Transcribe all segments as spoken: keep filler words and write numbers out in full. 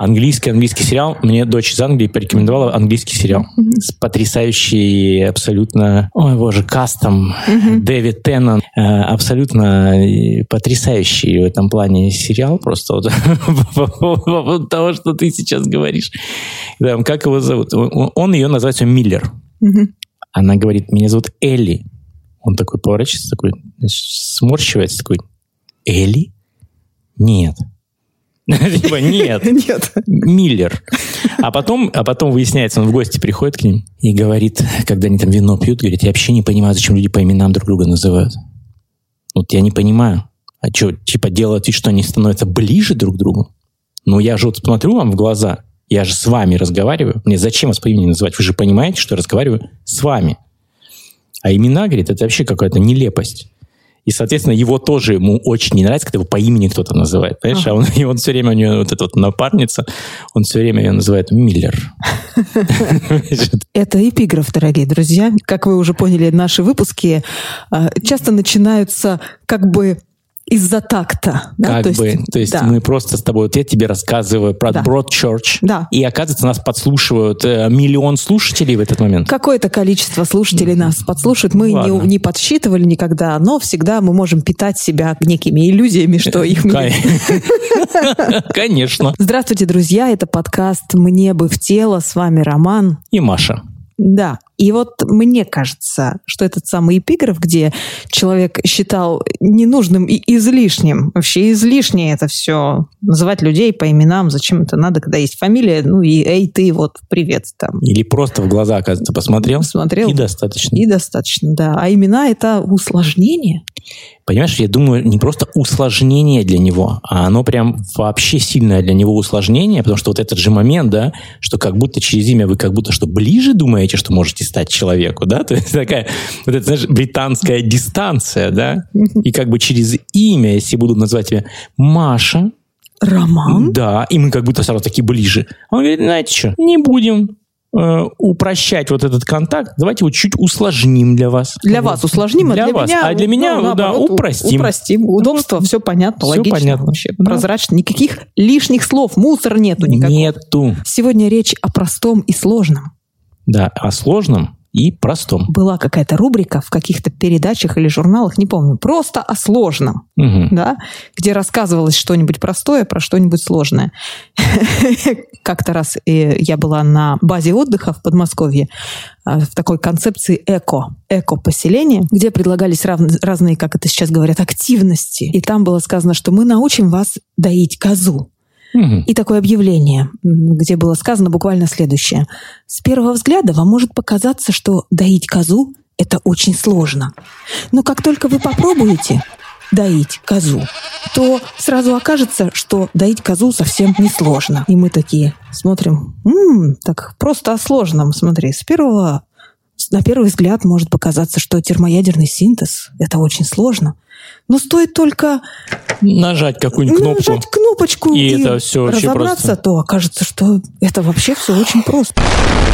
Английский, английский сериал. Мне дочь из Англии порекомендовала английский сериал mm-hmm. с потрясающей абсолютно, ой, боже, кастом, mm-hmm. Дэвид Теннант. Абсолютно потрясающий в этом плане сериал. Просто вот по поводу того, что ты сейчас говоришь. Как его зовут? Он ее называется Миллер. Mm-hmm. Она говорит, меня зовут Элли. Он такой поворачивается, такой, сморщивается, такой, Элли? Нет. Типа, нет. Нет. Миллер. А потом, а потом выясняется, он в гости приходит к ним и говорит, когда они там вино пьют, говорит, я вообще не понимаю, зачем люди по именам друг друга называют. Вот я не понимаю. А что, типа, делают вид, что они становятся ближе друг к другу? Ну, я же вот смотрю вам в глаза, я же с вами разговариваю. Мне зачем вас по имени называть? Вы же понимаете, что я разговариваю с вами. А имена, говорит, это вообще какая-то нелепость. И, соответственно, его тоже ему очень не нравится, когда его по имени кто-то называет. Понимаешь? Ага. А он, и он все время, у него вот эта вот напарница, он все время ее называет Миллер. Это эпиграф, дорогие друзья. Как вы уже поняли, наши выпуски часто начинаются как бы из-за такта. Да? Как то бы. Есть, то есть да. мы просто с тобой... Вот я тебе рассказываю про да. Broadchurch. Да. И, оказывается, нас подслушивают э, миллион слушателей в этот момент. Какое-то количество слушателей нас подслушивают. Мы не, не подсчитывали никогда, но всегда мы можем питать себя некими иллюзиями, что их... Конечно. Здравствуйте, друзья. Это подкаст «Мне бы в тело». С вами Роман. И Маша. Да. И вот мне кажется, что этот самый эпиграф, где человек считал ненужным и излишним, вообще излишнее это все, называть людей по именам, зачем это надо, когда есть фамилия, ну и эй, ты, вот, привет. Там. Или просто в глаза, оказывается, посмотрел, посмотрел и достаточно. И достаточно, да. А имена – это усложнение. Понимаешь, я думаю, не просто усложнение для него, а оно прям вообще сильное для него усложнение, потому что вот этот же момент, да, что как будто через имя вы как будто что ближе думаете, что можете стать человеку, да, то есть такая вот эта, знаешь, британская дистанция, да, и как бы через имя, если будут называть тебя Маша, Роман, да, и мы как будто сразу такие ближе. Он говорит, знаете что, не будем э, упрощать вот этот контакт, давайте его чуть усложним для вас. Для вот. вас усложним, а для, для вас. меня, а для меня, ну, да, упростим. Упростим, удобство, вот. Все понятно, все логично, понятно. Вообще, да. Прозрачно, никаких лишних слов, мусор нету никакого. Нету. Сегодня речь о простом и сложном. Да, о сложном и простом. Была какая-то рубрика в каких-то передачах или журналах, не помню, просто о сложном, угу. да, где рассказывалось что-нибудь простое про что-нибудь сложное. Как-то раз я была на базе отдыха в Подмосковье в такой концепции эко, эко-поселения, где предлагались разные, как это сейчас говорят, активности. И там было сказано, что мы научим вас доить козу. Угу. И такое объявление, где было сказано буквально следующее. С первого взгляда вам может показаться, что доить козу – это очень сложно. Но как только вы попробуете доить козу, то сразу окажется, что доить козу совсем не сложно. И мы такие смотрим, м-м, так просто о сложном. Смотри, с первого, на первый взгляд может показаться, что термоядерный синтез – это очень сложно. Но стоит только нажать какую-нибудь кнопку, нажать кнопочку и, и это все разобраться, просто. То окажется, что это вообще все очень просто.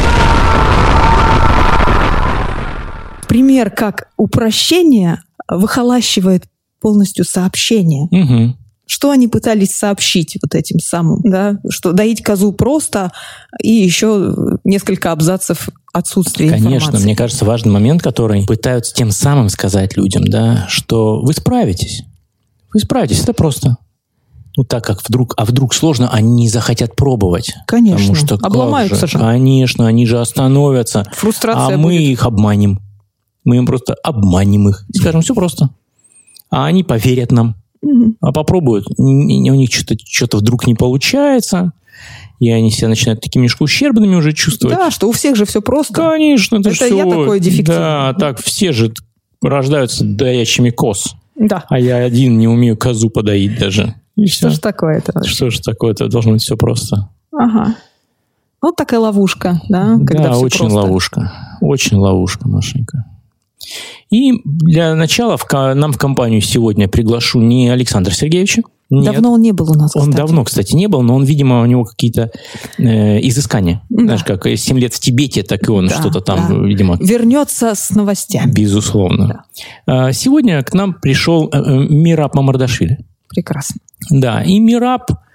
Пример, как упрощение выхолащивает полностью сообщение. Угу. Что они пытались сообщить вот этим самым, да? Что доить козу просто, и еще несколько абзацев отсутствия Конечно, информации. Конечно, мне кажется, важный момент, который пытаются тем самым сказать людям, да, что вы справитесь. Вы справитесь, это просто. Ну, так как вдруг, а вдруг сложно, они не захотят пробовать. Конечно, потому что, обломаются же. же. Конечно, они же остановятся. Фрустрация а будет. мы их обманем. Мы им просто обманем их. И скажем, все просто. А они поверят нам. Угу. А попробуют. У них что-то, что-то вдруг не получается. И они себя начинают такими немножко ущербными уже чувствовать. Да, что у всех же все просто. Конечно. Это, это все, я такой дефективный. Да, так все же рождаются доящими коз. Да. А я один не умею козу подоить даже. И что все. ж такое-то? Что ж такое-то? Должно быть все просто. Ага. Вот такая ловушка, да? Когда да, все очень просто. ловушка. Очень ловушка, Машенька. И для начала в, нам в компанию сегодня приглашу не Александра Сергеевича. Нет. Давно он не был у нас, кстати. Он давно, кстати, не был, но он, видимо, у него какие-то э, изыскания. Да. Знаешь, как семь лет в Тибете, так и он да, что-то там, да. видимо... Вернется с новостями. Безусловно. Да. Сегодня к нам пришел Мираб Мамардашвили. Прекрасно. Да, и Мираб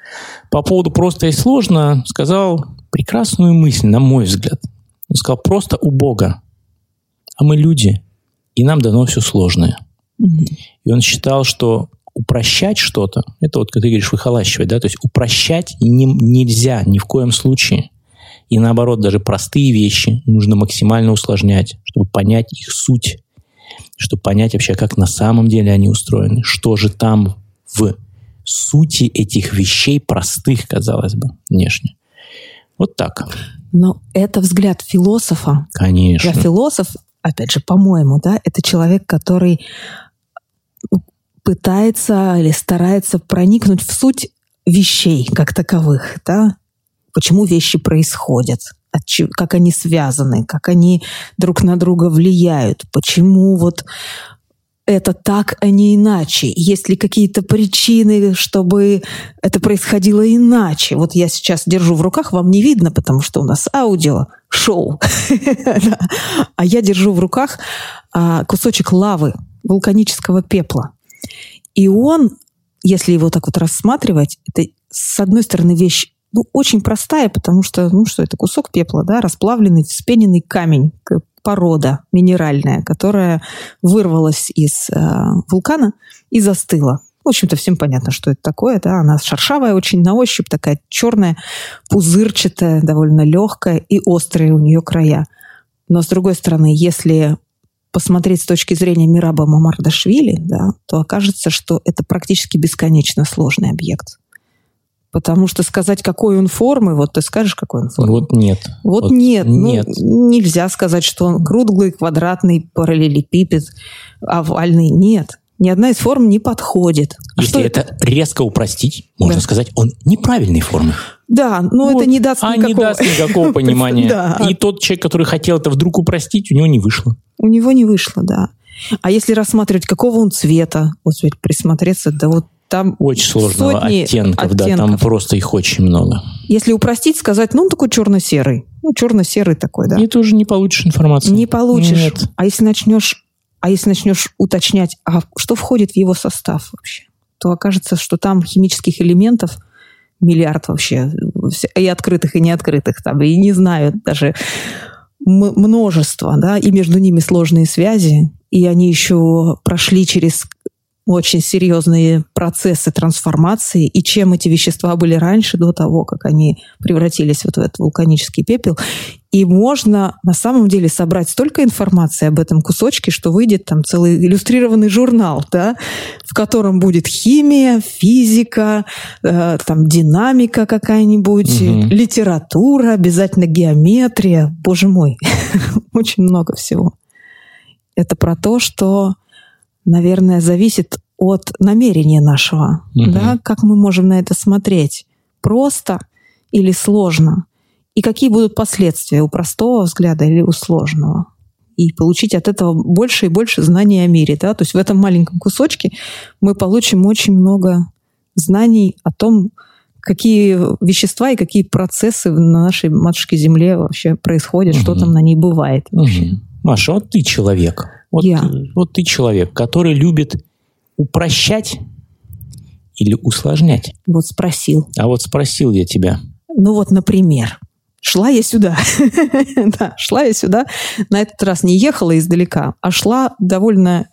по поводу «просто и сложно» сказал прекрасную мысль, на мой взгляд. Он сказал: просто у Бога, а мы люди, и нам дано все сложное. Mm-hmm. И он считал, что упрощать что-то, это вот, как ты говоришь, выхолащивать, да, то есть упрощать не, нельзя ни в коем случае. И наоборот, даже простые вещи нужно максимально усложнять, чтобы понять их суть, чтобы понять вообще, как на самом деле они устроены, что же там в сути этих вещей простых, казалось бы, внешне. Вот так. Но это взгляд философа. Конечно. Я философ, опять же, по-моему, да, это человек, который пытается или старается проникнуть в суть вещей как таковых, да, почему вещи происходят, как они связаны, как они друг на друга влияют, почему вот это так, а не иначе, есть ли какие-то причины, чтобы это происходило иначе. Вот я сейчас держу в руках, вам не видно, потому что у нас аудио-шоу, а я держу в руках кусочек лавы, вулканического пепла. И он, если его так вот рассматривать, это, с одной стороны, вещь ну, очень простая, потому что, ну что это, кусок пепла, да, расплавленный, вспененный камень, порода минеральная, которая вырвалась из э, вулкана и застыла. В общем-то, всем понятно, что это такое, да, она шершавая очень на ощупь, такая черная, пузырчатая, довольно легкая и острые у нее края. Но, с другой стороны, если посмотреть с точки зрения Мираба Мамардашвили, да, то окажется, что это практически бесконечно сложный объект. Потому что сказать, какой он формы, вот ты скажешь, какой он формы? Вот нет. Вот, вот нет. нет. Ну, нельзя сказать, что он круглый, квадратный, параллелепипед, овальный. Нет. Ни одна из форм не подходит. Если что это, это резко упростить, можно да. сказать, он неправильной формы. Да, но вот. это не даст а никакого... не даст никакого понимания. да. И тот человек, который хотел это вдруг упростить, у него не вышло. У него не вышло, да. А если рассматривать, какого он цвета, вот присмотреться, да вот там очень сложного оттенков, оттенков, да, там просто их очень много. Если упростить, сказать, ну, он такой черно-серый. Ну, черно-серый такой, да. И ты уже не получишь информацию. Не получишь. Нет. А если начнешь, а если начнешь уточнять, а что входит в его состав вообще, то окажется, что там химических элементов миллиард вообще, и открытых, и неоткрытых, там, и не знаю, даже множество, да, и между ними сложные связи, и они еще прошли через очень серьезные процессы трансформации, и чем эти вещества были раньше, до того, как они превратились вот в этот вулканический пепел. И можно на самом деле собрать столько информации об этом кусочке, что выйдет там целый иллюстрированный журнал, да, в котором будет химия, физика, э, там динамика какая-нибудь, угу. литература, обязательно геометрия. Боже мой, очень много всего. Это про то, что, наверное, зависит от намерения нашего. Угу. Да? Как мы можем на это смотреть? Просто или сложно? И какие будут последствия у простого взгляда или у сложного? И получить от этого больше и больше знаний о мире. Да? То есть в этом маленьком кусочке мы получим очень много знаний о том, какие вещества и какие процессы на нашей матушке Земле вообще происходят, угу. что там на ней бывает вообще. Угу. Маша, вот ты человек. Вот, Я. вот ты человек, который любит упрощать или усложнять. Вот спросил. А вот спросил я тебя. Ну вот, например, шла я сюда. да, шла я сюда. На этот раз не ехала издалека, а шла довольно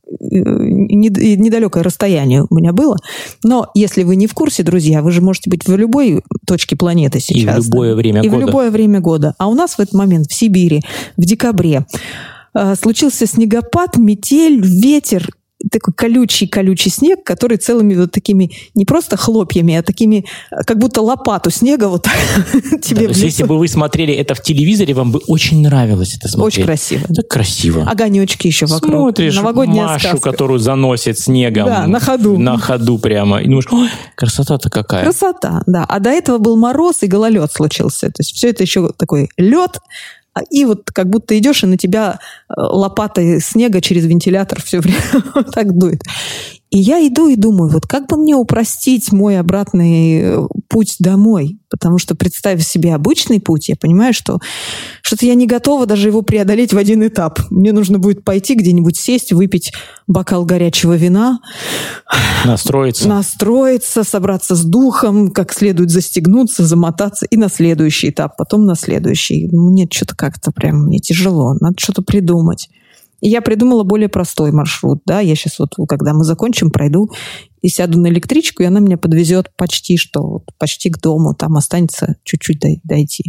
недалекое расстояние у меня было. Но если вы не в курсе, друзья, вы же можете быть в любой точке планеты сейчас. И в любое да? время И года. И в любое время года. А у нас в этот момент в Сибири в декабре случился снегопад, метель, ветер, такой колючий-колючий снег, который целыми вот такими, не просто хлопьями, а такими, как будто лопату снега вот тебе да, в лицо. Если бы вы смотрели это в телевизоре, вам бы очень нравилось это смотреть. Очень красиво. Так красиво. Огонечки еще вокруг. Смотришь Новогодняя Машу, сказка. Которую заносит снегом. Да, на ходу. На ходу прямо. И думаешь, ой, красота-то какая. Красота, да. А до этого был мороз и гололед случился. То есть все это еще такой лед. И вот как будто идешь, и на тебя лопатой снега через вентилятор все время так дует. И я иду и думаю, вот как бы мне упростить мой обратный путь домой? Потому что, представив себе обычный путь, я понимаю, что что-то я не готова даже его преодолеть в один этап. Мне нужно будет пойти где-нибудь сесть, выпить бокал горячего вина. Настроиться. Настроиться, собраться с духом, как следует застегнуться, замотаться и на следующий этап, потом на следующий. Мне что-то как-то прям мне тяжело, надо что-то придумать. И я придумала более простой маршрут. Да? Я сейчас вот, когда мы закончим, пройду и сяду на электричку, и она меня подвезет почти что, вот, почти к дому. Там останется чуть-чуть дойти.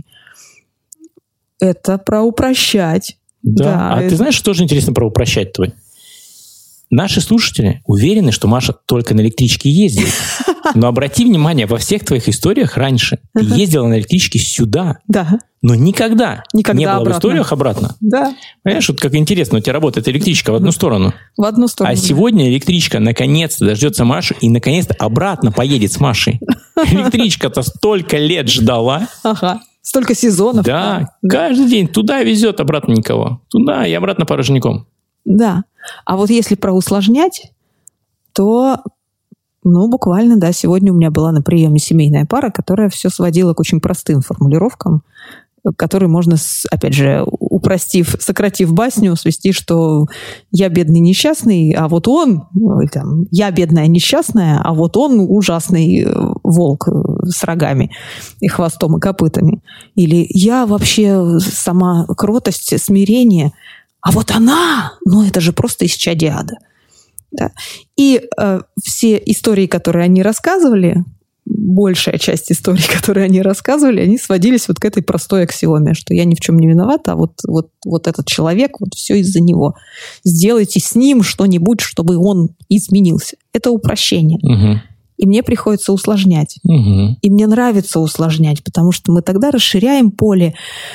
Это про упрощать. Да. да. А это... ты знаешь, что тоже интересно про упрощать твой? Наши слушатели уверены, что Маша только на электричке ездит. Но обрати внимание, во всех твоих историях раньше ты ездила на электричке сюда. Да. Но никогда, никогда не было обратно. В историях обратно. Да. Понимаешь, вот как интересно, у тебя работает электричка в одну сторону. В одну сторону. А сегодня электричка наконец-то дождется Машу и наконец-то обратно поедет с Машей. Электричка-то столько лет ждала. Ага. Столько сезонов. Да, да, каждый день туда везет, обратно никого. Туда и обратно порожняком. Да. А вот если про усложнять, то, ну, буквально, да, сегодня у меня была на приеме семейная пара, которая все сводила к очень простым формулировкам, которые можно, опять же, упростив, сократив басню, свести, что я бедный несчастный, а вот он, там, я бедная несчастная, а вот он ужасный волк с рогами и хвостом и копытами. Или я вообще сама кротость, смирение, а вот она, ну это же просто исчадие ада. Да. И э, все истории, которые они рассказывали, большая часть историй, которые они рассказывали, они сводились вот к этой простой аксиоме, что я ни в чем не виновата, а вот, вот, вот этот человек, вот все из-за него. Сделайте с ним что-нибудь, чтобы он изменился. Это упрощение. Угу. И мне приходится усложнять. Угу. И мне нравится усложнять, потому что мы тогда расширяем поле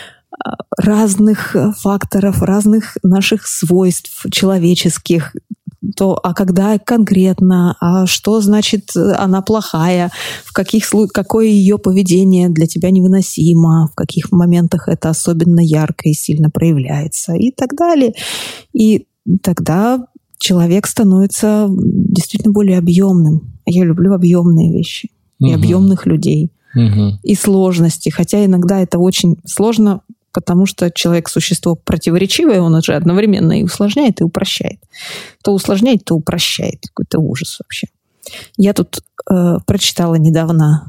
разных факторов, разных наших свойств человеческих. То, а когда конкретно, а что значит она плохая, в каких случаях, какое ее поведение для тебя невыносимо, в каких моментах это особенно ярко и сильно проявляется и так далее. И тогда человек становится действительно более объемным. Я люблю объемные вещи и угу. объемных людей. Угу. И сложности. Хотя иногда это очень сложно, потому что человек – существо противоречивое, он уже одновременно и усложняет, и упрощает. То усложняет, то упрощает. Какой-то ужас вообще. Я тут э, прочитала недавно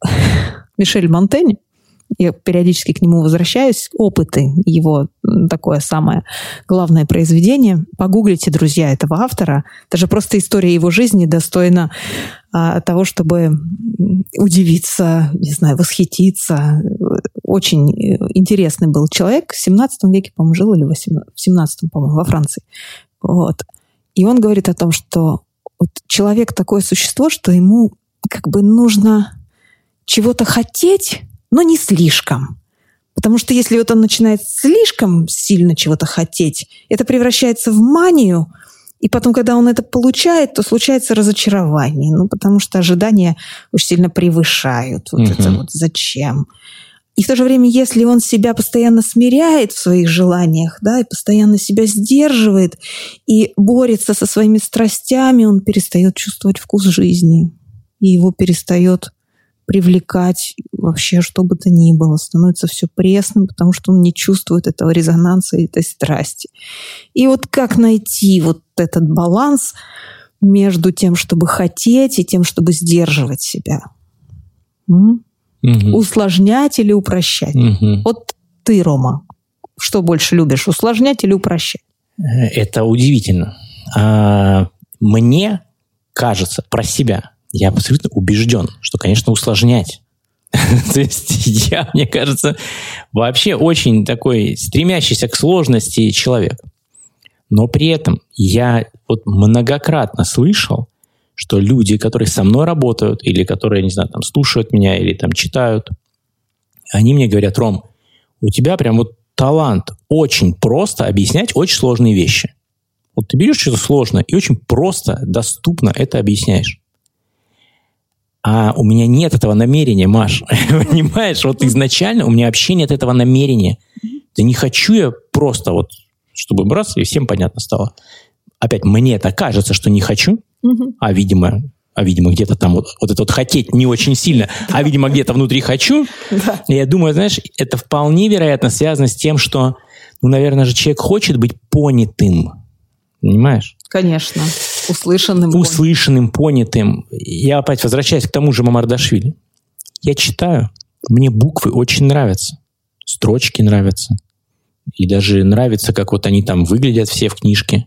Мишель Монтень. Я периодически к нему возвращаюсь. «Опыты» – его такое самое главное произведение. Погуглите, друзья, этого автора. Даже просто история его жизни достойна а, того, чтобы удивиться, не знаю, восхититься. Очень интересный был человек. В семнадцатом веке, по-моему, жил, или в семнадцатом, по-моему, во Франции. Вот. И он говорит о том, что вот человек такое существо, что ему как бы нужно чего-то хотеть, но не слишком. Потому что если вот он начинает слишком сильно чего-то хотеть, это превращается в манию, и потом, когда он это получает, то случается разочарование. Ну, потому что ожидания очень сильно превышают. Вот uh-huh. это вот зачем? И в то же время, если он себя постоянно смиряет в своих желаниях, да, и постоянно себя сдерживает, и борется со своими страстями, он перестает чувствовать вкус жизни. И его перестает привлекать вообще что бы то ни было. Становится все пресным, потому что он не чувствует этого резонанса, этой страсти. И вот как найти вот этот баланс между тем, чтобы хотеть, и тем, чтобы сдерживать себя? М? Угу. Усложнять или упрощать? Угу. Вот ты, Рома, что больше любишь, усложнять или упрощать? Это удивительно. А, мне кажется, про себя, я абсолютно убежден, что, конечно, усложнять. То есть я, мне кажется, вообще очень такой стремящийся к сложности человек. Но при этом я вот многократно слышал, что люди, которые со мной работают, или которые, не знаю, там, слушают меня, или там читают, они мне говорят: Ром, у тебя прям вот талант очень просто объяснять очень сложные вещи. Вот ты берешь что-то сложное и очень просто, доступно это объясняешь. А у меня нет этого намерения, Маш. Понимаешь, вот изначально у меня вообще нет этого намерения. Да не хочу я просто вот, чтобы раз, и всем понятно стало. Опять, мне это кажется, что не хочу. Угу. А, видимо, а, видимо, где-то там вот, вот это вот хотеть не очень сильно, а, видимо, где-то внутри хочу. Да. И я думаю, знаешь, это вполне вероятно связано с тем, что, ну, наверное же, человек хочет быть понятым. Понимаешь? Конечно. Услышанным. Услышанным, понятым. Я опять возвращаюсь к тому же Мамардашвили. Я читаю, мне буквы очень нравятся, строчки нравятся. И даже нравится, как вот они там выглядят все в книжке.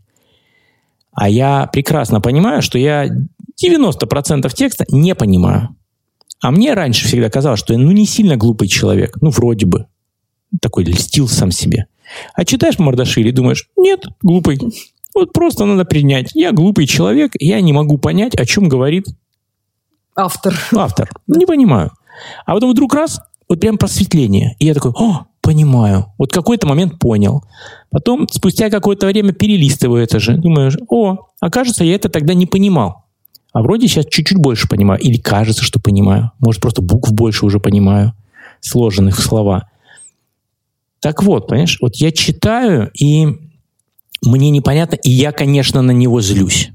А я прекрасно понимаю, что я девяносто процентов текста не понимаю. А мне раньше всегда казалось, что я ну, не сильно глупый человек. Ну, вроде бы. Такой льстил сам себе. А читаешь Мамардашвили и думаешь, нет, глупый. Вот просто надо принять. Я глупый человек, я не могу понять, о чем говорит автор. Автор. Не понимаю. А потом вдруг раз, вот прям просветление. И я такой, о, понимаю. Вот какой-то момент понял. Потом, спустя какое-то время перелистываю это же. Думаешь, о, окажется, я это тогда не понимал. А вроде сейчас чуть-чуть больше понимаю. Или кажется, что понимаю. Может, просто букв больше уже понимаю, сложенных в слова. Так вот, понимаешь, вот я читаю, и мне непонятно, и я, конечно, на него злюсь.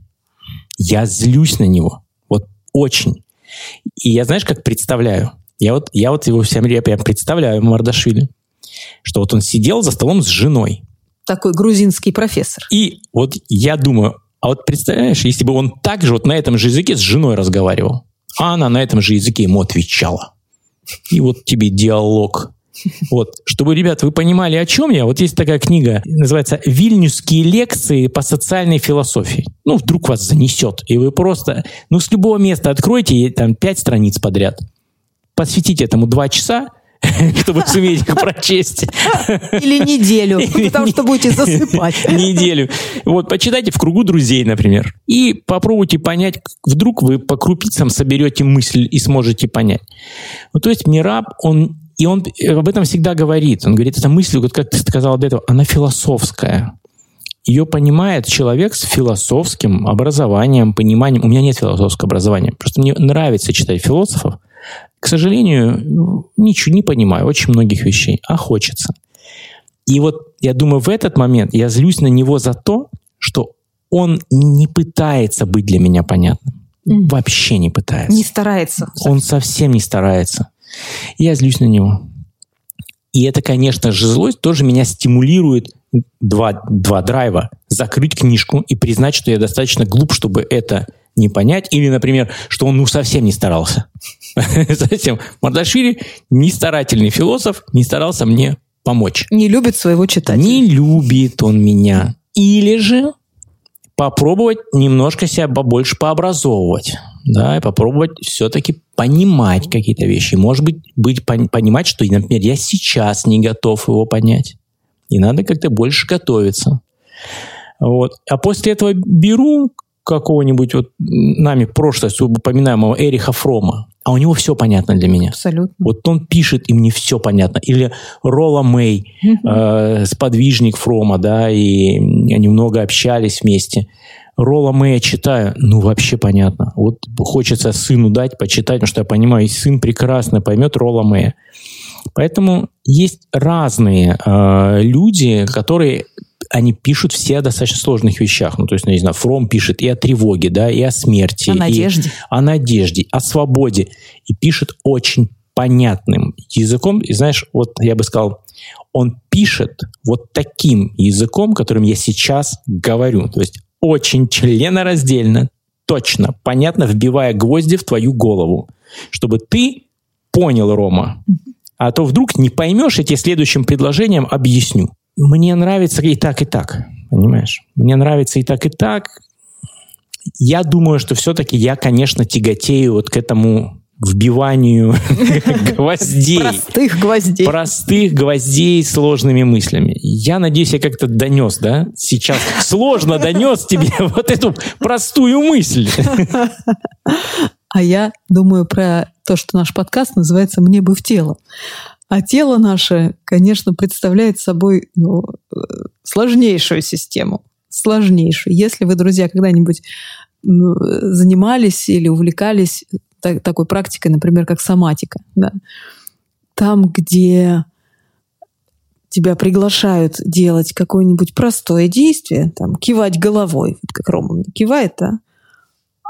Я злюсь на него. Вот очень. И я, знаешь, как представляю? Я вот, я вот его всем я представляю, Мамардашвили, что вот он сидел за столом с женой. Такой грузинский профессор. И вот я думаю, а вот представляешь, если бы он так же вот на этом же языке с женой разговаривал, а она на этом же языке ему отвечала. И вот тебе диалог. Вот, чтобы, ребят, вы понимали, о чем я. Вот есть такая книга, называется «Вильнюсские лекции по социальной философии». Ну, вдруг вас занесет, и вы просто, ну, с любого места откройте, там, пять страниц подряд. Посвятите этому два часа, чтобы суметь их прочесть. Или неделю, потому что будете засыпать. Неделю. Вот, почитайте в кругу друзей, например. И попробуйте понять, вдруг вы по крупицам соберете мысль и сможете понять. Ну, то есть Мераб, он И он об этом всегда говорит. Он говорит, эта мысль, вот как ты сказала до этого, она философская. Ее понимает человек с философским образованием, пониманием. У меня нет философского образования. Просто мне нравится читать философов. К сожалению, ничего не понимаю, очень многих вещей, а хочется. И вот я думаю, в этот момент я злюсь на него за то, что он не пытается быть для меня понятным. Mm. Вообще не пытается. Не старается. Он совсем не старается. Я злюсь на него. И это, конечно же, злость тоже меня стимулирует два, два драйва. Закрыть книжку и признать, что я достаточно глуп, чтобы это не понять. Или, например, что он ну совсем не старался. Затем Мамардашвили не старательный философ, не старался мне помочь. Не любит своего читателя. Не любит он меня. Или же попробовать немножко себя побольше пообразовывать. Да, и попробовать все-таки понимать какие-то вещи. Может быть, быть понимать, что, например, я сейчас не готов его понять. И надо как-то больше готовиться. Вот. А после этого беру какого-нибудь вот нами в прошлое упоминаемого Эриха Фрома, а у него все понятно для меня. Абсолютно. Вот он пишет, и мне все понятно. Или Ролла Мэй, э, сподвижник Фрома, да, и они много общались вместе. Ролла Мэя читаю, ну вообще понятно. Вот хочется сыну дать, почитать, потому что я понимаю, и сын прекрасно поймет Ролла Мэя. Поэтому есть разные э, люди, которые они пишут все о достаточно сложных вещах. Ну, то есть, ну, не знаю, Фром пишет и о тревоге, да, и о смерти. О надежде. И о надежде, о свободе. И пишет очень понятным языком. И знаешь, вот я бы сказал, он пишет вот таким языком, которым я сейчас говорю. То есть очень членораздельно, точно, понятно, вбивая гвозди в твою голову. Чтобы ты понял, Рома. А то вдруг не поймешь, я тебе следующим предложением объясню. Мне нравится и так, и так, понимаешь? Мне нравится и так, и так. Я думаю, что все-таки я, конечно, тяготею вот к этому вбиванию гвоздей. Простых гвоздей. Простых гвоздей сложными мыслями. Я надеюсь, я как-то донес, да? Сейчас сложно донес тебе вот эту простую мысль. А я думаю про то, что наш подкаст называется «Мне бы в тело». А тело наше, конечно, представляет собой ну, сложнейшую систему. Сложнейшую. Если вы, друзья, когда-нибудь занимались или увлекались так, такой практикой, например, как соматика, да, там, где тебя приглашают делать какое-нибудь простое действие, там, кивать головой, вот как Рома кивает, да,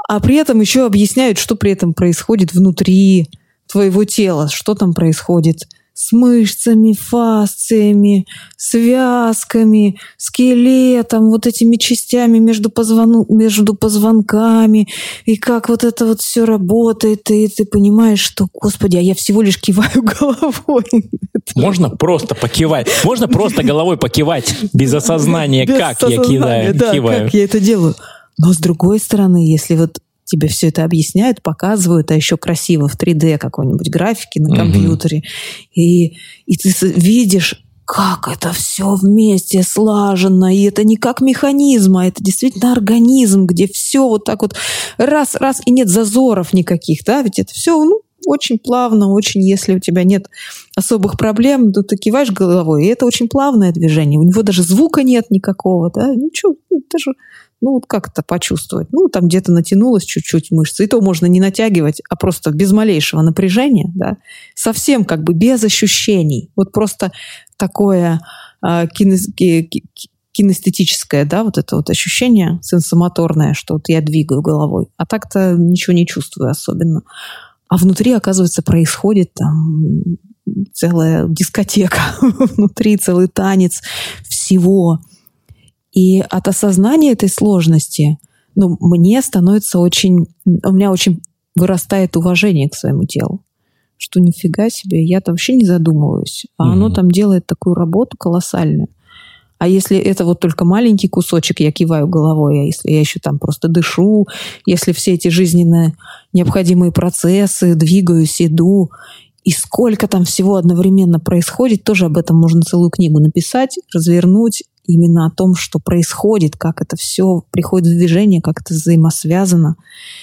а при этом еще объясняют, что при этом происходит внутри твоего тела, что там происходит с мышцами, фасциями, связками, скелетом, вот этими частями между, позвон... между позвонками, и как вот это вот все работает, и ты понимаешь, что, господи, а я всего лишь киваю головой. Можно просто покивать, можно просто головой покивать без осознания, без как осознания, я кидаю, да, киваю. Как я это делаю. Но с другой стороны, если вот тебе все это объясняют, показывают, а еще красиво в три дэ какой-нибудь графике на компьютере. Mm-hmm. И, и ты видишь, как это все вместе слажено. И это не как механизм, а это действительно организм, где все вот так вот раз-раз, и нет зазоров никаких. Да? Ведь это все ну, очень плавно, очень, если у тебя нет особых проблем, то ты киваешь головой, и это очень плавное движение. У него даже звука нет никакого. Да? Ничего, это же... Ну, вот как это почувствовать? Ну, там где-то натянулась чуть-чуть мышца. И то можно не натягивать, а просто без малейшего напряжения, да, совсем как бы без ощущений. Вот просто такое э, кинес, кинестетическое, да, вот это вот ощущение сенсомоторное, что вот я двигаю головой. А так-то ничего не чувствую особенно. А внутри, оказывается, происходит там целая дискотека. Внутри целый танец всего. И от осознания этой сложности, ну, мне становится очень... У меня очень вырастает уважение к своему телу. Что нифига себе, я-то вообще не задумываюсь. А mm-hmm. оно там делает такую работу колоссальную. А если это вот только маленький кусочек, я киваю головой, а если я еще там просто дышу, если все эти жизненно необходимые процессы, двигаюсь, иду, и сколько там всего одновременно происходит, тоже об этом можно целую книгу написать, развернуть, именно о том, что происходит, как это все приходит в движение, как это взаимосвязано.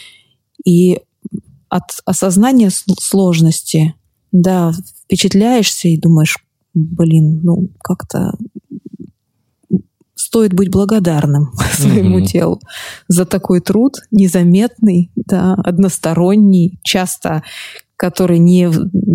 И от осознания сложности, да, впечатляешься и думаешь, блин, ну как-то стоит быть благодарным своему mm-hmm. телу за такой труд, незаметный, да, односторонний, часто который не,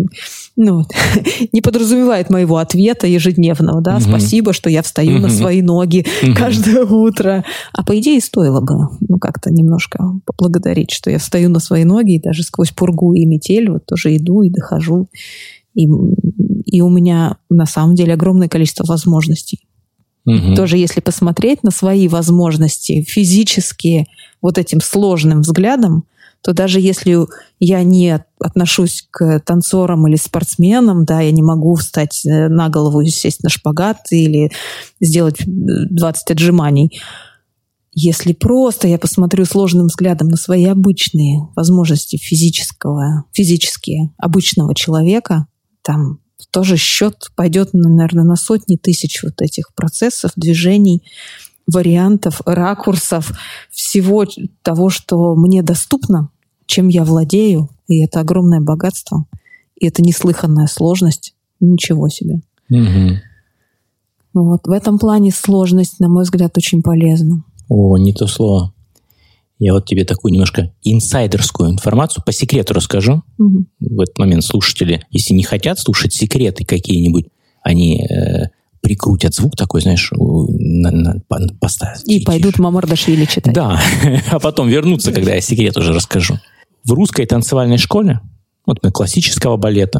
ну, не подразумевает моего ответа ежедневного. Да? Mm-hmm. Спасибо, что я встаю mm-hmm. на свои ноги mm-hmm. каждое утро. А по идее стоило бы ну, как-то немножко поблагодарить, что я встаю на свои ноги и даже сквозь пургу и метель вот тоже иду и дохожу. И, и у меня на самом деле огромное количество возможностей. Mm-hmm. Тоже если посмотреть на свои возможности физические вот этим сложным взглядом, то даже если я не отношусь к танцорам или спортсменам, да, я не могу встать на голову и сесть на шпагат или сделать двадцать отжиманий. Если просто я посмотрю сложным взглядом на свои обычные возможности физического, физические, обычного человека, там тоже счет пойдет, наверное, на сотни тысяч вот этих процессов, движений, вариантов, ракурсов, всего того, что мне доступно, чем я владею, и это огромное богатство, и это неслыханная сложность. Ничего себе. Угу. Вот. В этом плане сложность, на мой взгляд, очень полезна. О, не то слово. Я вот тебе такую немножко инсайдерскую информацию по секрету расскажу. Угу. В этот момент слушатели, если не хотят слушать секреты какие-нибудь, они э, прикрутят звук такой, знаешь, на, на, поставят. И тише. Пойдут Мамардашвили читать. Да, а потом вернутся, когда я секрет уже расскажу. В русской танцевальной школе, вот на классического балета,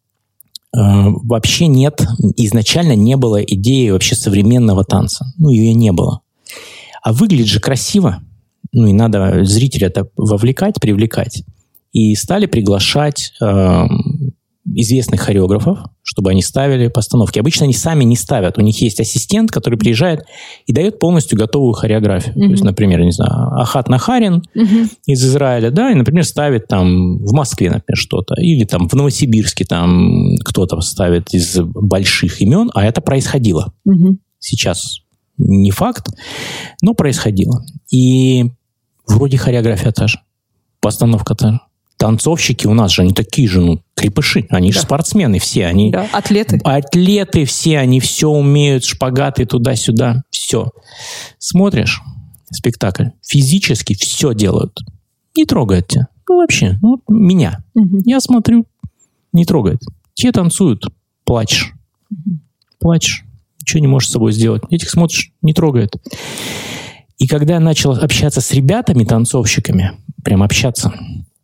э, вообще нет, изначально не было идеи вообще современного танца. Ну, ее не было. А выглядит же красиво. Ну, и надо зрителя-то вовлекать, привлекать. И стали приглашать э, известных хореографов, чтобы они ставили постановки. Обычно они сами не ставят. У них есть ассистент, который приезжает и дает полностью готовую хореографию. Mm-hmm. То есть, например, не знаю, Ахат Нахарин mm-hmm. из Израиля, да, и, например, ставит там в Москве, например, что-то. Или там в Новосибирске там кто-то ставит из больших имен, а это происходило. Mm-hmm. Сейчас не факт, но происходило. И вроде хореография та же, постановка та же. Танцовщики у нас же, они такие же, ну, крепыши. Они да. же спортсмены все. Они да, атлеты. Атлеты все, они все умеют, шпагаты туда-сюда. Все. Смотришь спектакль, физически все делают. Не трогают тебя. Ну, вообще, ну, меня. Угу. Я смотрю, не трогает. Те танцуют, плачешь. Угу. Плачешь. Ничего не можешь с собой сделать. Этих смотришь, не трогает. И когда я начал общаться с ребятами, танцовщиками, прям общаться.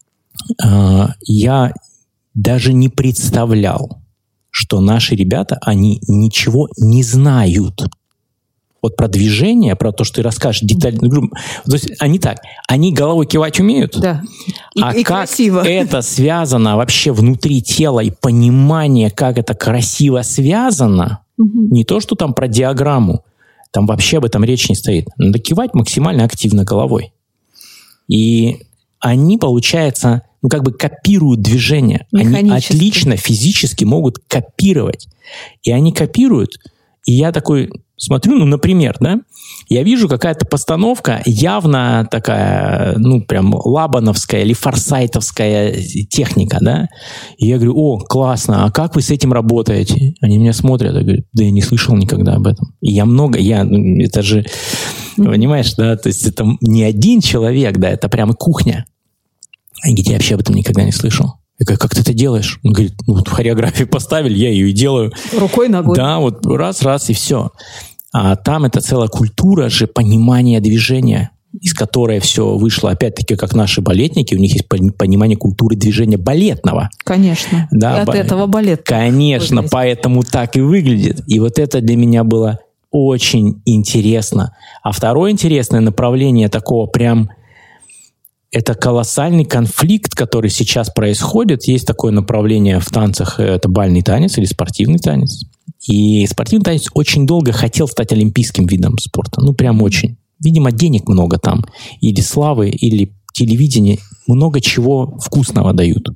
Я даже не представлял, что наши ребята, они ничего не знают. Вот про движение, про то, что ты расскажешь детально. То есть они так, они головой кивать умеют, да. и, а и как красиво. Это связано вообще внутри тела и понимание, как это красиво связано, угу. Не то, что там про диаграмму, там вообще об этом речь не стоит. Надо кивать максимально активно головой. И они, получается, ну как бы копируют движение. Они отлично физически могут копировать. И они копируют, и я такой... Смотрю, ну, например, да, я вижу какая-то постановка явно такая, ну, прям лабановская или форсайтовская техника, да, и я говорю, о, классно, а как вы с этим работаете? Они меня смотрят, я говорю, да я не слышал никогда об этом. И я много, я, это же, понимаешь, да, то есть это не один человек, да, это прямо кухня. Я говорю, я вообще об этом никогда не слышал. Я говорю, как ты это делаешь? Он говорит, ну, вот в хореографии поставили, я ее и делаю. Рукой, ногой. Да, вот раз, раз, и все. А там это целая культура же понимания движения, из которой все вышло, опять-таки, как наши балетники, у них есть понимание культуры движения балетного. Конечно. Да, и от ба- этого балет. Конечно, выглядит. Поэтому так и выглядит. И вот это для меня было очень интересно. А второе интересное направление такого прям... Это колоссальный конфликт, который сейчас происходит. Есть такое направление в танцах, это бальный танец или спортивный танец. И спортивный танец очень долго хотел стать олимпийским видом спорта. Ну, прям очень. Видимо, денег много там. Или славы, или телевидение. Много чего вкусного дают.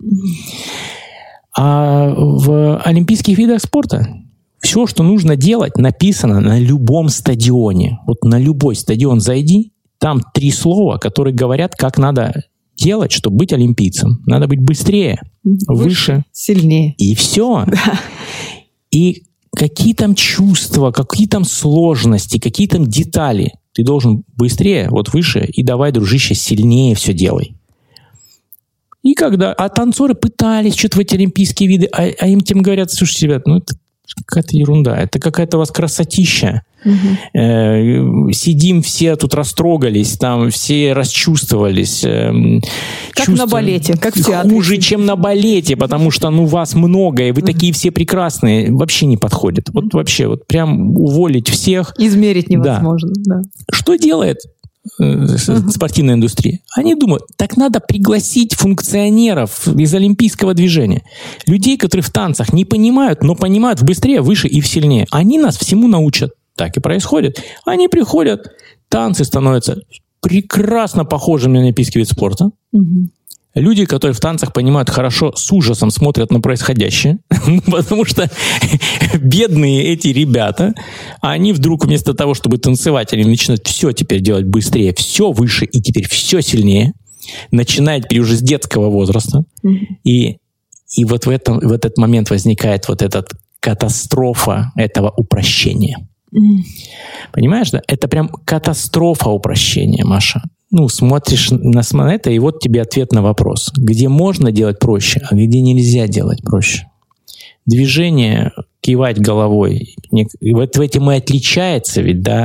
А в олимпийских видах спорта все, что нужно делать, написано на любом стадионе. Вот на любой стадион зайди, там три слова, которые говорят, как надо делать, чтобы быть олимпийцем. Надо быть быстрее, выше, выше сильнее. И все. Да. И какие там чувства, какие там сложности, какие там детали. Ты должен быстрее, вот выше, и давай, дружище, сильнее все делай. И когда... А танцоры пытались что-то в эти олимпийские виды, а, а им тем говорят, слушайте, ребят, ну это какая-то ерунда, это какая-то у вас красотища. Угу. Э, сидим все, тут растрогались, там все расчувствовались. Э, как чувства, на балете, как в театре. Хуже, чем на балете, потому что ну вас много, и вы угу. такие все прекрасные. Вообще не подходит. Вот угу. вообще, вот прям уволить всех. Измерить невозможно. Да. Да. Что делает uh-huh. спортивная индустрия? Они думают, так надо пригласить функционеров из олимпийского движения. Людей, которые в танцах не понимают, но понимают быстрее, выше и сильнее. Они нас всему научат. Так и происходит. Они приходят, танцы становятся прекрасно похожими на олимпийский вид спорта. Uh-huh. Люди, которые в танцах понимают хорошо, с ужасом смотрят на происходящее, потому что бедные эти ребята, они вдруг вместо того, чтобы танцевать, они начинают все теперь делать быстрее, все выше и теперь все сильнее, начинают теперь уже с детского возраста. Mm-hmm. И, и вот в, этом, в этот момент возникает вот эта катастрофа этого упрощения. Mm. Понимаешь, да? Это прям катастрофа упрощения, Маша. Ну, смотришь на это, и вот тебе ответ на вопрос. Где можно делать проще, а где нельзя делать проще. Движение, кивать головой. Вот в этом и отличается ведь, да,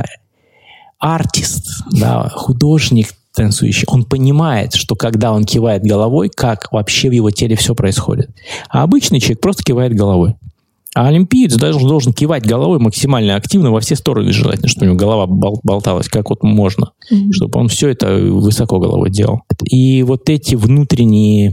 артист, да, художник танцующий. Он понимает, что когда он кивает головой, как вообще в его теле все происходит. А обычный человек просто кивает головой. А олимпиец даже должен кивать головой максимально активно во все стороны, желательно, чтобы у него голова бол- болталась, как вот можно, mm-hmm. чтобы он все это высоко головой делал. И вот эти внутренние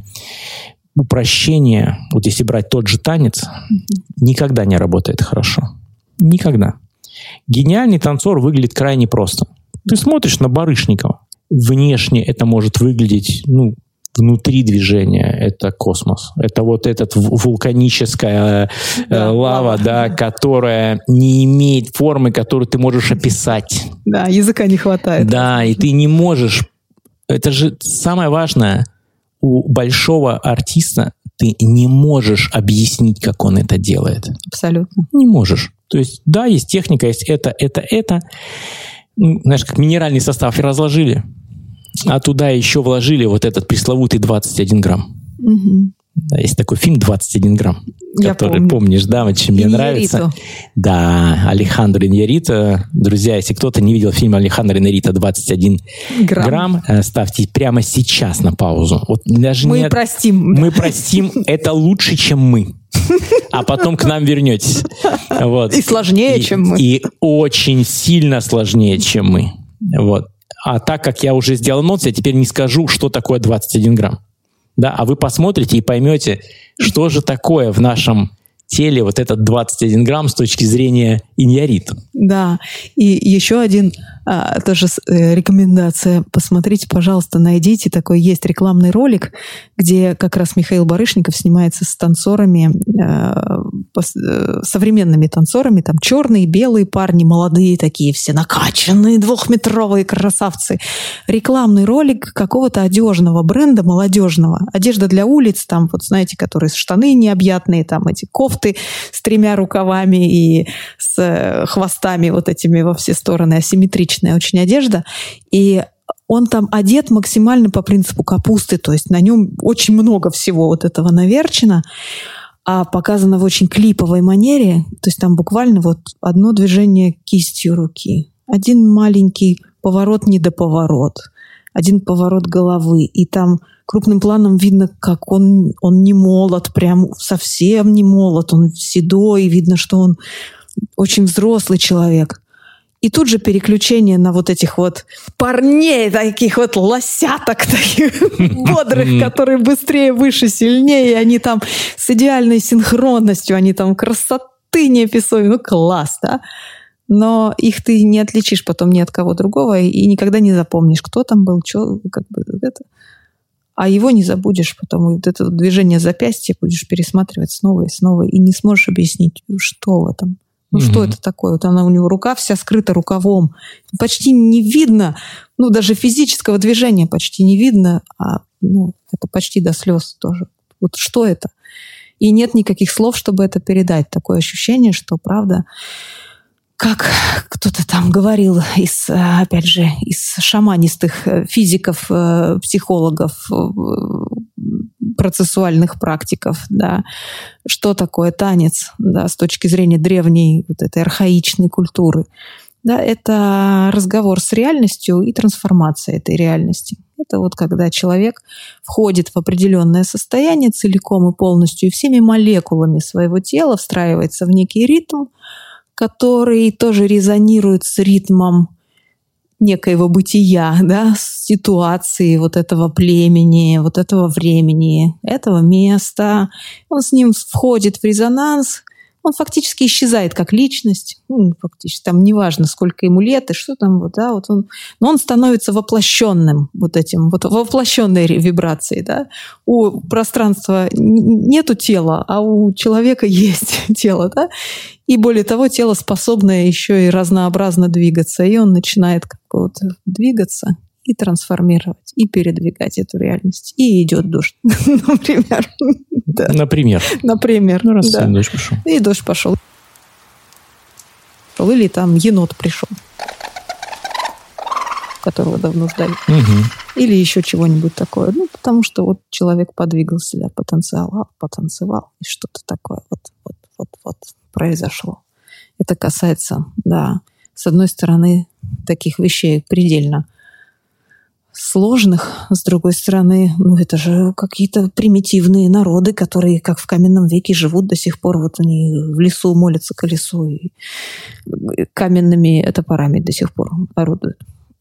упрощения, вот если брать тот же танец, mm-hmm. никогда не работает хорошо. Никогда. Гениальный танцор выглядит крайне просто. Ты смотришь на Барышникова. Внешне это может выглядеть, ну, внутри движения это космос. Это вот эта вулканическая да, лава, лава, да, которая не имеет формы, которую ты можешь описать. Да, языка не хватает. Да, и ты не можешь... Это же самое важное. У большого артиста ты не можешь объяснить, как он это делает. Абсолютно. Не можешь. То есть, да, есть техника, есть это, это, это. Ну, знаешь, как минеральный состав разложили, а туда еще вложили вот этот пресловутый двадцать один грамм. Угу. Да, есть такой фильм «двадцать один грамм», Я который, помню. помнишь, да, вот чем мне нравится. Да, Алехандро Иньярриту. Друзья, если кто-то не видел фильм Алехандро Иньярриту «двадцать один грамм», ставьте прямо сейчас на паузу. Вот даже мы не... простим. Мы простим, это лучше, чем мы. А потом к нам вернетесь. Вот. И сложнее, и, чем мы. И очень сильно сложнее, чем мы. Вот. А так как я уже сделал анонс, я теперь не скажу, что такое двадцать один грамм. Да, а вы посмотрите и поймете, что же такое в нашем теле вот этот двадцать один грамм с точки зрения иньяррита. Да, и еще один а, тоже э, рекомендация. Посмотрите, пожалуйста, найдите. Такой есть рекламный ролик, где как раз Михаил Барышников снимается с танцорами, э, пос, э, современными танцорами. Там черные, белые парни, молодые такие, все накачанные, двухметровые красавцы. Рекламный ролик какого-то одежного бренда, молодежного. Одежда для улиц, там, вот знаете, которые штаны необъятные, там эти кофты с тремя рукавами и с э, хвостами вот этими во все стороны, асимметричная очень одежда. И он там одет максимально по принципу капусты, то есть на нем очень много всего вот этого наверчено, а показано в очень клиповой манере, то есть там буквально вот одно движение кистью руки, один маленький поворот не до поворот, один поворот головы, и там крупным планом видно, как он, он не молод, прям совсем не молод, он седой, видно, что он очень взрослый человек. И тут же переключение на вот этих вот парней, таких вот лосяток, таких бодрых, которые быстрее, выше, сильнее, и они там с идеальной синхронностью, они там красоты неописуемой, ну класс, да? Но их ты не отличишь потом ни от кого другого и никогда не запомнишь, кто там был, что, как бы это. А его не забудешь потом. И вот это движение запястья будешь пересматривать снова и снова, и не сможешь объяснить, что в этом. Ну, mm-hmm. что это такое? Вот она у него рука вся скрыта рукавом. Почти не видно, ну, даже физического движения почти не видно, а ну, это почти до слез тоже. Вот что это? И нет никаких слов, чтобы это передать. Такое ощущение, что, правда, как кто-то там говорил из, опять же, из шаманистых физиков, психологов, процессуальных практиков, да, что такое танец, да, с точки зрения древней вот этой архаичной культуры. Да, это разговор с реальностью и трансформация этой реальности. Это вот когда человек входит в определенное состояние целиком и полностью, и всеми молекулами своего тела встраивается в некий ритм, который тоже резонирует с ритмом некоего бытия, да, ситуации вот этого племени, вот этого времени, этого места. Он с ним входит в резонанс, он фактически исчезает как личность, ну, фактически, там неважно, сколько ему лет и что там, вот, да, вот он, но он становится воплощенным вот этим, вот воплощенной вибрацией, да. У пространства нету тела, а у человека есть тело, да, и более того, тело способно еще и разнообразно двигаться, и он начинает как-то вот двигаться и трансформировать, и передвигать эту реальность. И идет дождь, например. Да. Например. Например. Ну, раз да. и дождь пошел. И дождь пошел. Или там енот пришел, которого давно ждали. Угу. Или еще чего-нибудь такое. Ну, потому что вот человек подвигался, да, потанцевал, потанцевал, и что-то такое вот, вот, вот, вот произошло. Это касается, да, с одной стороны, таких вещей предельно сложных, с другой стороны, ну это же какие-то примитивные народы, которые как в каменном веке живут до сих пор. Вот они в лесу молятся колесу и каменными топорами до сих пор орудуют.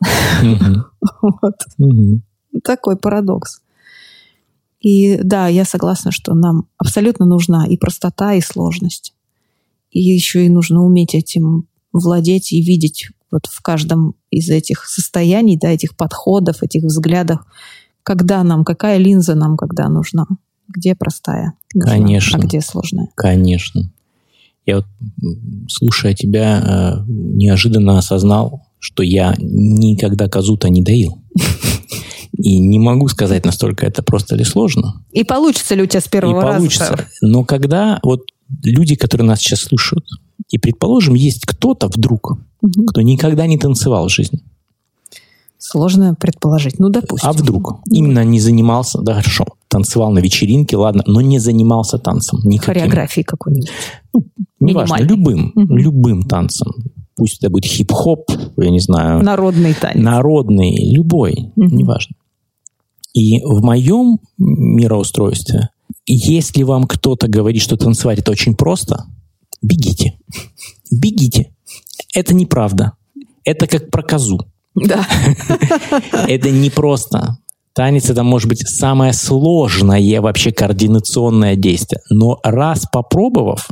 Такой парадокс. И да, я согласна, что нам абсолютно нужна и простота, и сложность. И еще и нужно уметь этим владеть и видеть вот в каждом из этих состояний, да, этих подходов, этих взглядов, когда нам, какая линза нам когда нужна, где простая нужна, Конечно. А где сложная. Конечно. Я вот, слушая тебя, неожиданно осознал, что я никогда козу-то не доил. И не могу сказать, настолько это просто ли сложно. И получится ли у тебя с первого раза? И получится. Но когда вот люди, которые нас сейчас слушают, и, предположим, есть кто-то вдруг, угу. кто никогда не танцевал в жизни. Сложно предположить. Ну, допустим. А вдруг? Именно не занимался, да, хорошо. танцевал на вечеринке, ладно, но не занимался танцем никаким. Хореографией какой-нибудь. Ну, неважно, любым, угу. любым танцем. Пусть это будет хип-хоп, я не знаю. Народный танец. Народный, любой, угу. неважно. И в моем мироустройстве, если вам кто-то говорит, что танцевать это очень просто, бегите. Бегите. Это неправда. Это как про козу. Да. Это не просто. Танец — это может быть самое сложное вообще координационное действие. Но раз попробовав,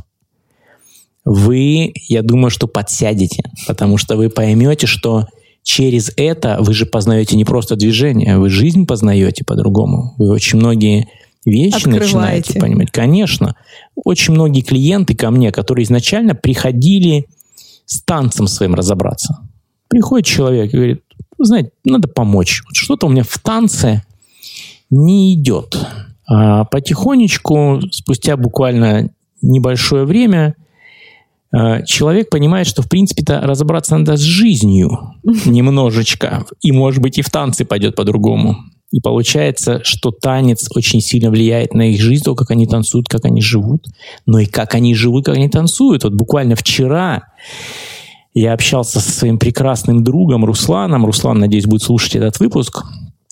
вы, я думаю, что подсядете. Потому что вы поймете, что через это вы же познаете не просто движение, вы жизнь познаете по-другому. Вы очень многие вещи Открываете. начинаете понимать. Конечно. Очень многие клиенты ко мне, которые изначально приходили с танцем своим разобраться. Приходит человек и говорит: знаете, надо помочь. Вот что-то у меня в танце не идет. А потихонечку, спустя буквально небольшое время, человек понимает, что, в принципе-то, разобраться надо с жизнью немножечко. И, может быть, и в танце пойдет по-другому. И получается, что танец очень сильно влияет на их жизнь, то, как они танцуют, как они живут. Но и как они живут, как они танцуют. Вот буквально вчера я общался со своим прекрасным другом Русланом. Руслан, надеюсь, будет слушать этот выпуск.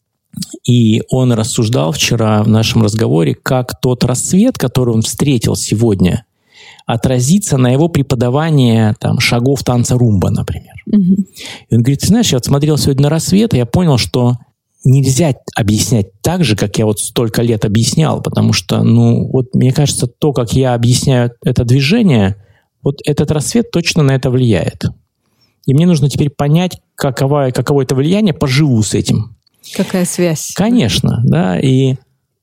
И он рассуждал вчера в нашем разговоре, как тот рассвет, который он встретил сегодня, отразится на его преподавание там, шагов танца румба, например. Mm-hmm. И он говорит: знаешь, я вот смотрел сегодня на рассвет, и я понял, что нельзя объяснять так же, как я вот столько лет объяснял, потому что, ну, вот мне кажется, то, как я объясняю это движение, вот этот рассвет точно на это влияет. И мне нужно теперь понять, каково, каково это влияние, поживу с этим. Какая связь? Конечно, да, и, и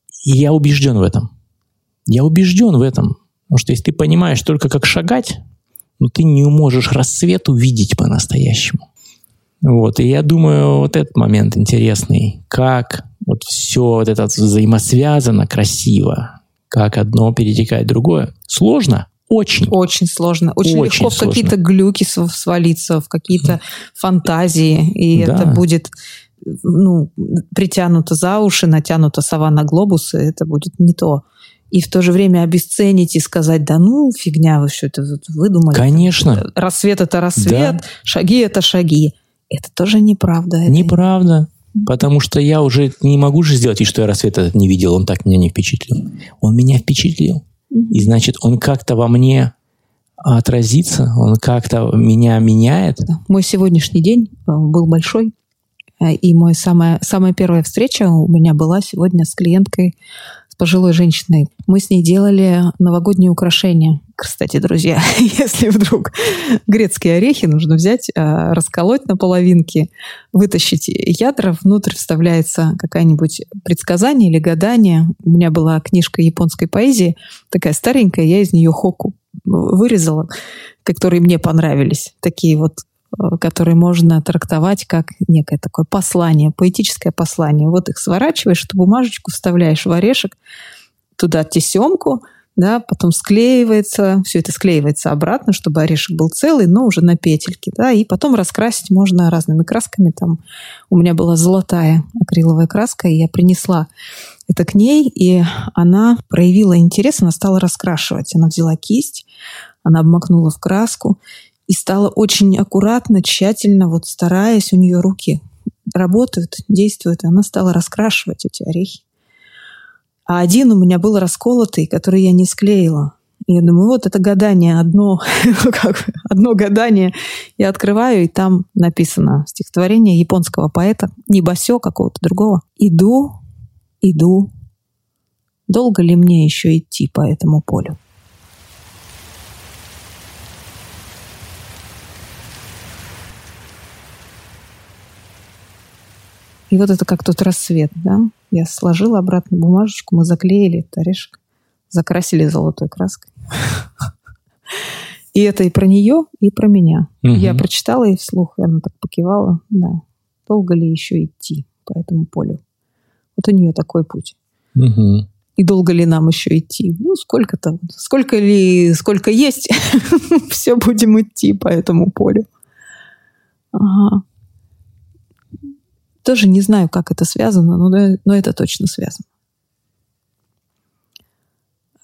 я убежден в этом. Я убежден в этом. Потому что если ты понимаешь только, как шагать, ну, ты не можешь рассвет увидеть по-настоящему. Вот, и я думаю, вот этот момент интересный. Как вот все вот это взаимосвязано красиво, как одно перетекает в другое. Сложно? Очень. Очень сложно. Очень, Очень легко сложно. В какие-то глюки свалиться, в какие-то mm. фантазии, и да. это будет ну, притянуто за уши, натянута сова на глобус, и это будет не то. И в то же время обесценить и сказать: да ну, фигня, вы все это выдумали. Конечно. Рассвет — это рассвет, да. шаги — это шаги. Это тоже неправда. Это... Неправда. Потому что я уже не могу же сделать вид, что я рассвет этот не видел, он так меня не впечатлил. Он меня впечатлил. Mm-hmm. И значит, он как-то во мне отразится, он как-то меня меняет. Мой сегодняшний день был большой. И моя самая, самая первая встреча у меня была сегодня с клиенткой, с пожилой женщиной. Мы с ней делали новогодние украшения. Кстати, друзья, если вдруг грецкие орехи нужно взять, расколоть на половинки, вытащить ядра, внутрь вставляется какое-нибудь предсказание или гадание. У меня была книжка японской поэзии, такая старенькая, я из нее хоку вырезала, которые мне понравились. Такие вот, которые можно трактовать как некое такое послание, поэтическое послание. Вот их сворачиваешь, эту бумажечку вставляешь в орешек, туда тесемку, да, потом склеивается, все это склеивается обратно, чтобы орешек был целый, но уже на петельке, да, и потом раскрасить можно разными красками. Там у меня была золотая акриловая краска, и я принесла это к ней, и она проявила интерес, она стала раскрашивать. Она взяла кисть, она обмакнула в краску и стала очень аккуратно, тщательно, вот стараясь, у нее руки работают, действуют, и она стала раскрашивать эти орехи. А один у меня был расколотый, который я не склеила. И я думаю, вот это гадание, одно, как, одно гадание. Я открываю, и там написано стихотворение японского поэта, Небосё какого-то другого. «Иду, иду, долго ли мне еще идти по этому полю?» И вот это как тот рассвет, да? Я сложила обратно бумажечку, мы заклеили этот орешек, закрасили золотой краской. И это и про нее, и про меня. Угу. Я прочитала ей вслух, и она так покивала. Да. Долго ли еще идти по этому полю? Вот у нее такой путь. Угу. И долго ли нам еще идти? Ну, сколько-то. Сколько ли, сколько есть, все будем идти по этому полю. Ага. Тоже не знаю, как это связано, но, но это точно связано.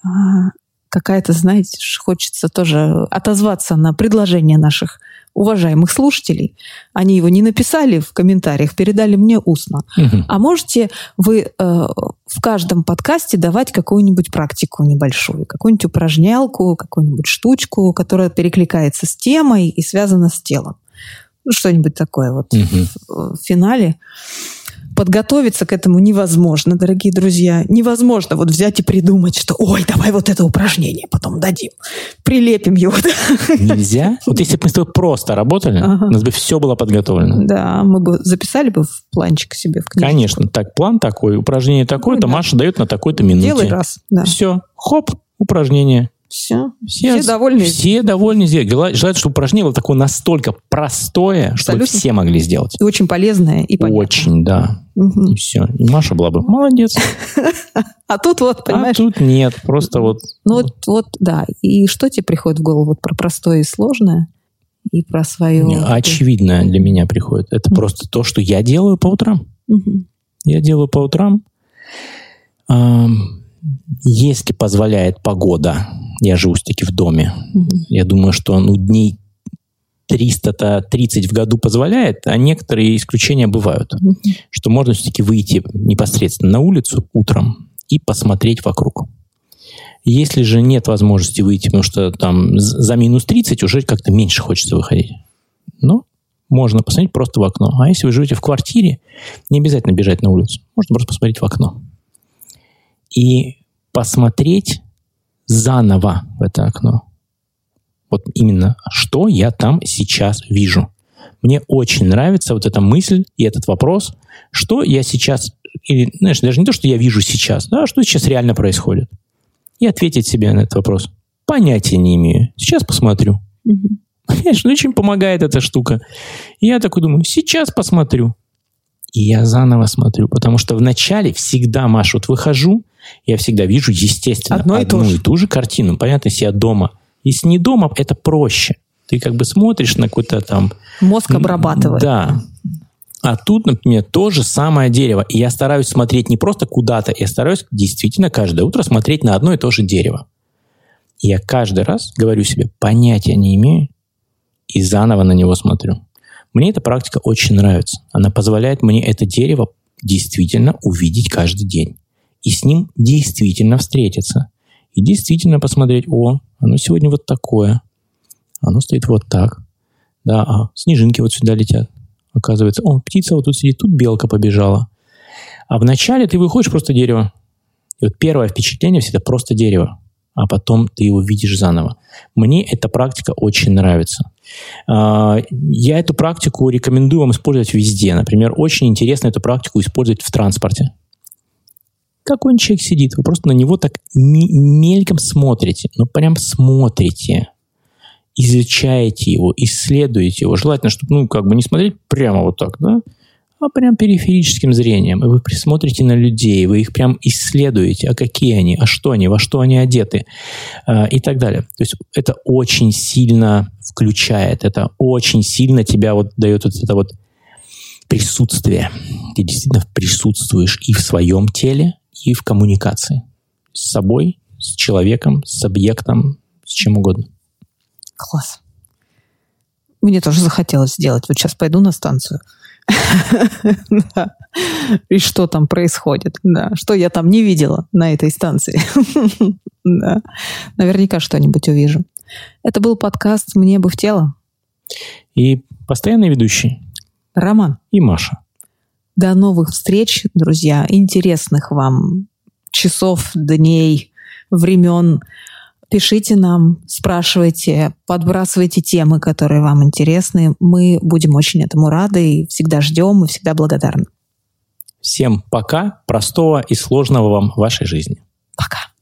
какая-то, знаете, хочется тоже отозваться на предложение наших уважаемых слушателей. Они его не написали в комментариях, передали мне устно. Угу. А можете вы э, в каждом подкасте давать какую-нибудь практику небольшую, какую-нибудь упражнялку, какую-нибудь штучку, которая перекликается с темой и связана с телом. Ну, что-нибудь такое вот угу. в, в финале. Подготовиться к этому невозможно, дорогие друзья. Невозможно вот взять и придумать, что ой, давай вот это упражнение потом дадим. Прилепим его. Нельзя? Вот если бы мы с тобой просто работали, ага. у нас бы все было подготовлено. Да, мы бы записали бы в планчик себе в книжку. Конечно. Так, план такой, упражнение такое-то, ну, да. Маша дает на такой-то минуте. Делай раз. Да. Все. Хоп, упражнение. Все, все, все довольны. Все довольны сделать. Желают, чтобы упражнение было такое настолько простое, Абсолютно. Чтобы все могли сделать. И очень полезное, и понятное. Очень, да. Угу. И все. И Маша была бы молодец. А тут вот, понимаешь? А тут нет, просто вот... Ну вот, вот, да. И что тебе приходит в голову вот про простое и сложное? И про свою... Очевидно для меня приходит. Это просто то, что я делаю по утрам. Я делаю по утрам. Если позволяет погода, я живу все-таки в доме, mm-hmm. я думаю, что ну, дней триста тридцать в году позволяет, а некоторые исключения бывают, mm-hmm. что можно все-таки выйти непосредственно на улицу утром и посмотреть вокруг. Если же нет возможности выйти, потому что там за минус тридцать уже как-то меньше хочется выходить, ну, можно посмотреть просто в окно. А если вы живете в квартире, не обязательно бежать на улицу, можно просто посмотреть в окно. И посмотреть заново в это окно. Вот именно, что я там сейчас вижу. Мне очень нравится вот эта мысль и этот вопрос, что я сейчас, или, знаешь, даже не то, что я вижу сейчас, да, а что сейчас реально происходит. И ответить себе на этот вопрос. Понятия не имею. Сейчас посмотрю. Mm-hmm. Понимаешь, очень помогает эта штука. И я такой думаю, сейчас посмотрю. И я заново смотрю, потому что вначале всегда, Маша, вот выхожу, я всегда вижу, естественно, одну, и, одну и ту же картину. Понятно, если я дома. Если не дома, это проще. Ты как бы смотришь на какой-то там... Мозг обрабатывает. Да. А тут, например, то же самое дерево. И я стараюсь смотреть не просто куда-то, я стараюсь действительно каждое утро смотреть на одно и то же дерево. И я каждый раз говорю себе, понятия не имею, и заново на него смотрю. Мне эта практика очень нравится. Она позволяет мне это дерево действительно увидеть каждый день. И с ним действительно встретиться. И действительно посмотреть, о, оно сегодня вот такое. Оно стоит вот так. Да, а снежинки вот сюда летят. Оказывается, о, птица вот тут сидит, тут белка побежала. А вначале ты выходишь просто дерево. И вот первое впечатление всегда просто дерево. А потом ты его видишь заново. Мне эта практика очень нравится. Я эту практику рекомендую вам использовать везде. Например, очень интересно эту практику использовать в транспорте. Какой-нибудь человек сидит, вы просто на него так мельком смотрите. Ну, прям смотрите. Изучаете его, исследуете его. Желательно, чтобы, ну, как бы не смотреть прямо вот так, да? А прям периферическим зрением. И вы присмотрите на людей, вы их прям исследуете. А какие они, а что они, во что они одеты э, и так далее. То есть это очень сильно включает, это очень сильно тебя вот дает вот это вот присутствие. Ты действительно присутствуешь и в своем теле, и в коммуникации. С собой, с человеком, с объектом, с чем угодно. Класс. Мне тоже захотелось сделать. Вот сейчас пойду на станцию. И что там происходит? Да. Что я там не видела на этой станции? Да. Наверняка что-нибудь увижу. Это был подкаст «Мне бы в тело». И постоянный ведущий Роман и Маша. До новых встреч, друзья. Интересных вам часов, дней, времен. Пишите нам, спрашивайте, подбрасывайте темы, которые вам интересны. Мы будем очень этому рады и всегда ждем, и всегда благодарны. Всем пока, простого и сложного вам в вашей жизни. Пока.